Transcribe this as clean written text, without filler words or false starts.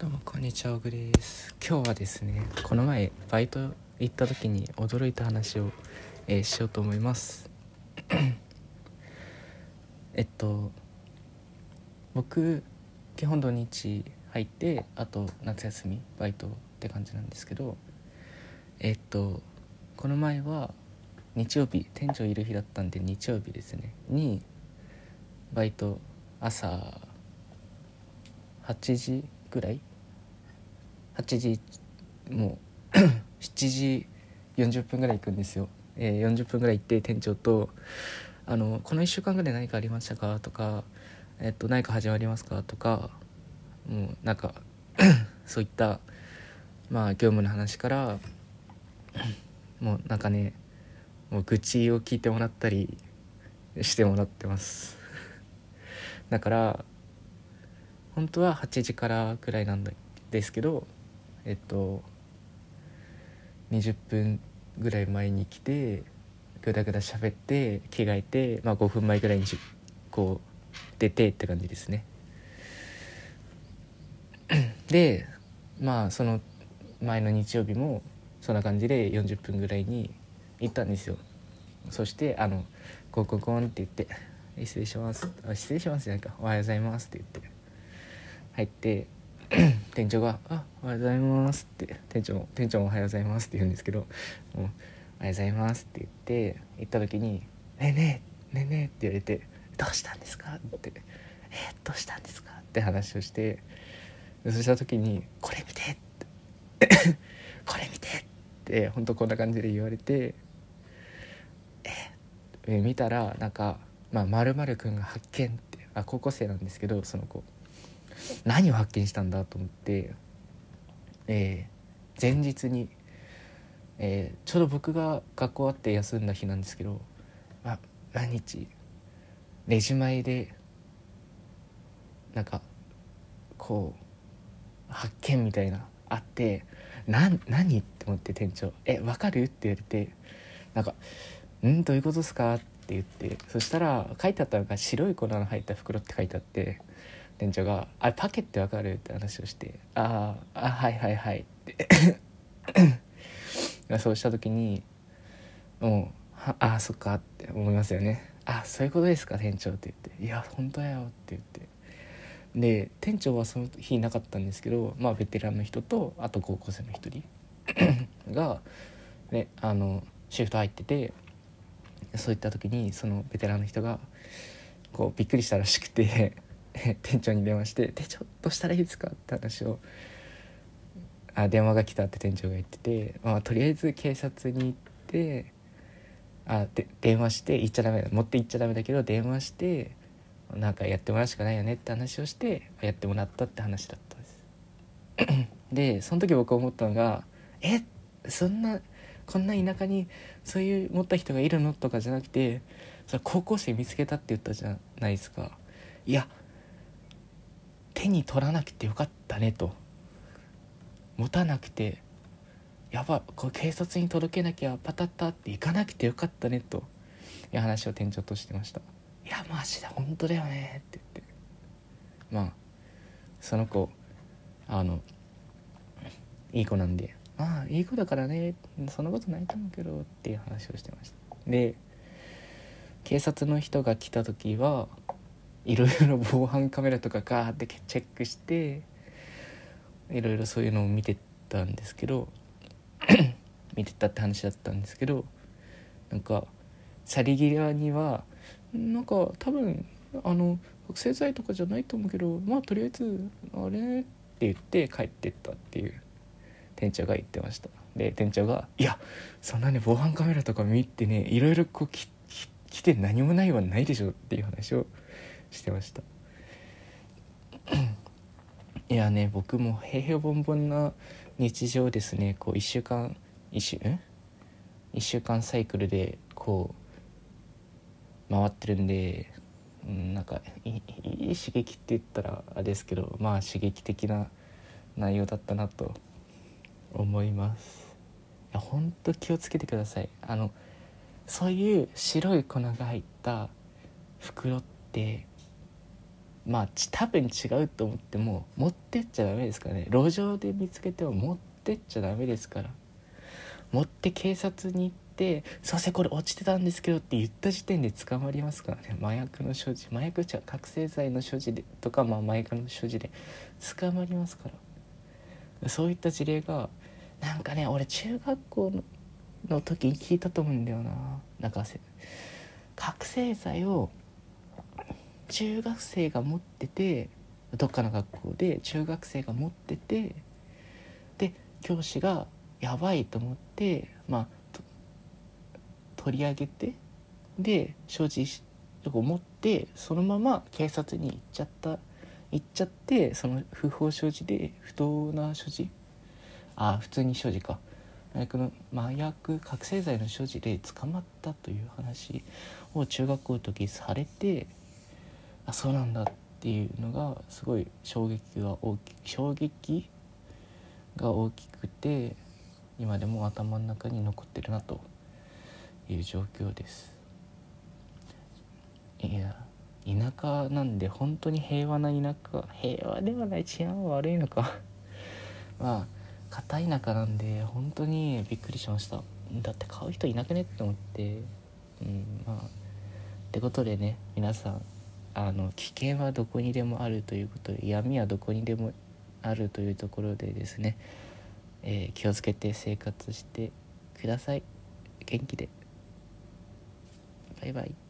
どうもこんにちは、小栗です。今日はですね、この前バイト行った時に驚いた話を、しようと思います。僕基本土日入ってあと夏休みバイトって感じなんですけど、この前は日曜日、店長いる日だったんで日曜日ですねにバイト朝8時ぐらい8時もう7時40分ぐらい行くんですよ。40分ぐらい行って店長とこの1週間ぐらい何かありましたかとか、何か始まりますかとか、もうなんかそういった業務の話からもうなんかね、もう愚痴を聞いてもらったりしてもらってますだから本当は8時からくらいなんですけど、20分ぐらい前に来てぐだぐだ喋って着替えて、5分前ぐらいにこう出てって感じですね。でその前の日曜日もそんな感じで40分ぐらいに行ったんですよ。そしてコンコンコンって言って失礼します失礼しますじゃないかおはようございますって言って入って店長がおはようございますって店長もおはようございますって言うんですけど、もうおはようございますって言って行った時にねえねえねえねえって言われて、どうしたんですかってどうしたんですかって話をして、そうした時にこれ見てってこれ見てって本当こんな感じで言われて、見たらなんか〇〇くんが発見って高校生なんですけど、その子何を発見したんだと思って、前日に、ちょうど僕が学校終わって休んだ日なんですけど、毎日レジ前でなんかこう発見みたいなあって、何って思って、店長わかるって言われて、なんかどういうことですかって言って、そしたら書いてあったのが白い粉の入った袋って書いてあって、店長がパケってわかるって話をして、はいはいはいってそうした時にもうそっかって思いますよね。そういうことですか店長って言って、いや本当だよって言って、で店長はその日いなかったんですけど、ベテランの人とあと高校生の一人がねシフト入ってて、そういった時にそのベテランの人がこうびっくりしたらしくて店長に電話して「店長どうしたらいいですか?」って話を電話が来たって店長が言ってて、とりあえず警察に行って電話して行っちゃダメだ、持って行っちゃダメだけど電話してなんかやってもらうしかないよねって話をしてやってもらったって話だったんですでその時僕思ったのがこんな田舎にそういう持った人がいるのとかじゃなくて、それ高校生見つけたって言ったじゃないですか。いや手に取らなくてよかったねと、持たなくてこれ警察に届けなきゃパタッタって行かなくてよかったねという話を店長としてました。いやマジで本当だよねって言って、その子いい子なんでいい子だからねそんなことないと思うけどっていう話をしてました。で警察の人が来た時はいろいろ防犯カメラとかガーってチェックしていろいろそういうのを見てたんですけど見てたって話だったんですけど、なんか去り際にはなんか多分覚醒剤とかじゃないと思うけどとりあえずあれって言って帰ってったっていう店長が言ってました。で店長がいやそんなね防犯カメラとか見てねいろいろこう来て何もないはないでしょっていう話をしてましたいやね僕も平々凡々な日常ですね、こう1週間サイクルでこう回ってるんで、なんかいい刺激って言ったらあれですけど刺激的な内容だったなと思います。いやほんと気をつけてください。そういう白い粉が入った袋って多分違うと思っても持ってっちゃダメですからね。路上で見つけても持ってっちゃダメですから。持って警察に行って「すいませんこれ落ちてたんですけど」って言った時点で捕まりますからね。麻薬の所持、覚醒剤の所持でとか、麻薬の所持で捕まりますから。そういった事例がなんかね、俺中学校の時に聞いたと思うんだよな。なんか覚醒剤を中学生が持ってて、どっかの学校で中学生が持ってて、で教師がやばいと思って、取り上げて、で所持を持ってそのまま警察に行っちゃって、その不法所持で不当な所持、普通に所持か、麻薬覚醒剤の所持で捕まったという話を中学校の時されて、そうなんだっていうのがすごい衝撃が大きくて、今でも頭の中に残ってるなという状況です。いや、田舎なんで本当に平和な田舎、平和ではない、治安は悪いのか片田舎なんで本当にびっくりしました。だって買う人いなくねって思って、ってことでね、皆さん危険はどこにでもあるということで、闇はどこにでもあるというところでですね、気をつけて生活してください。元気で。バイバイ。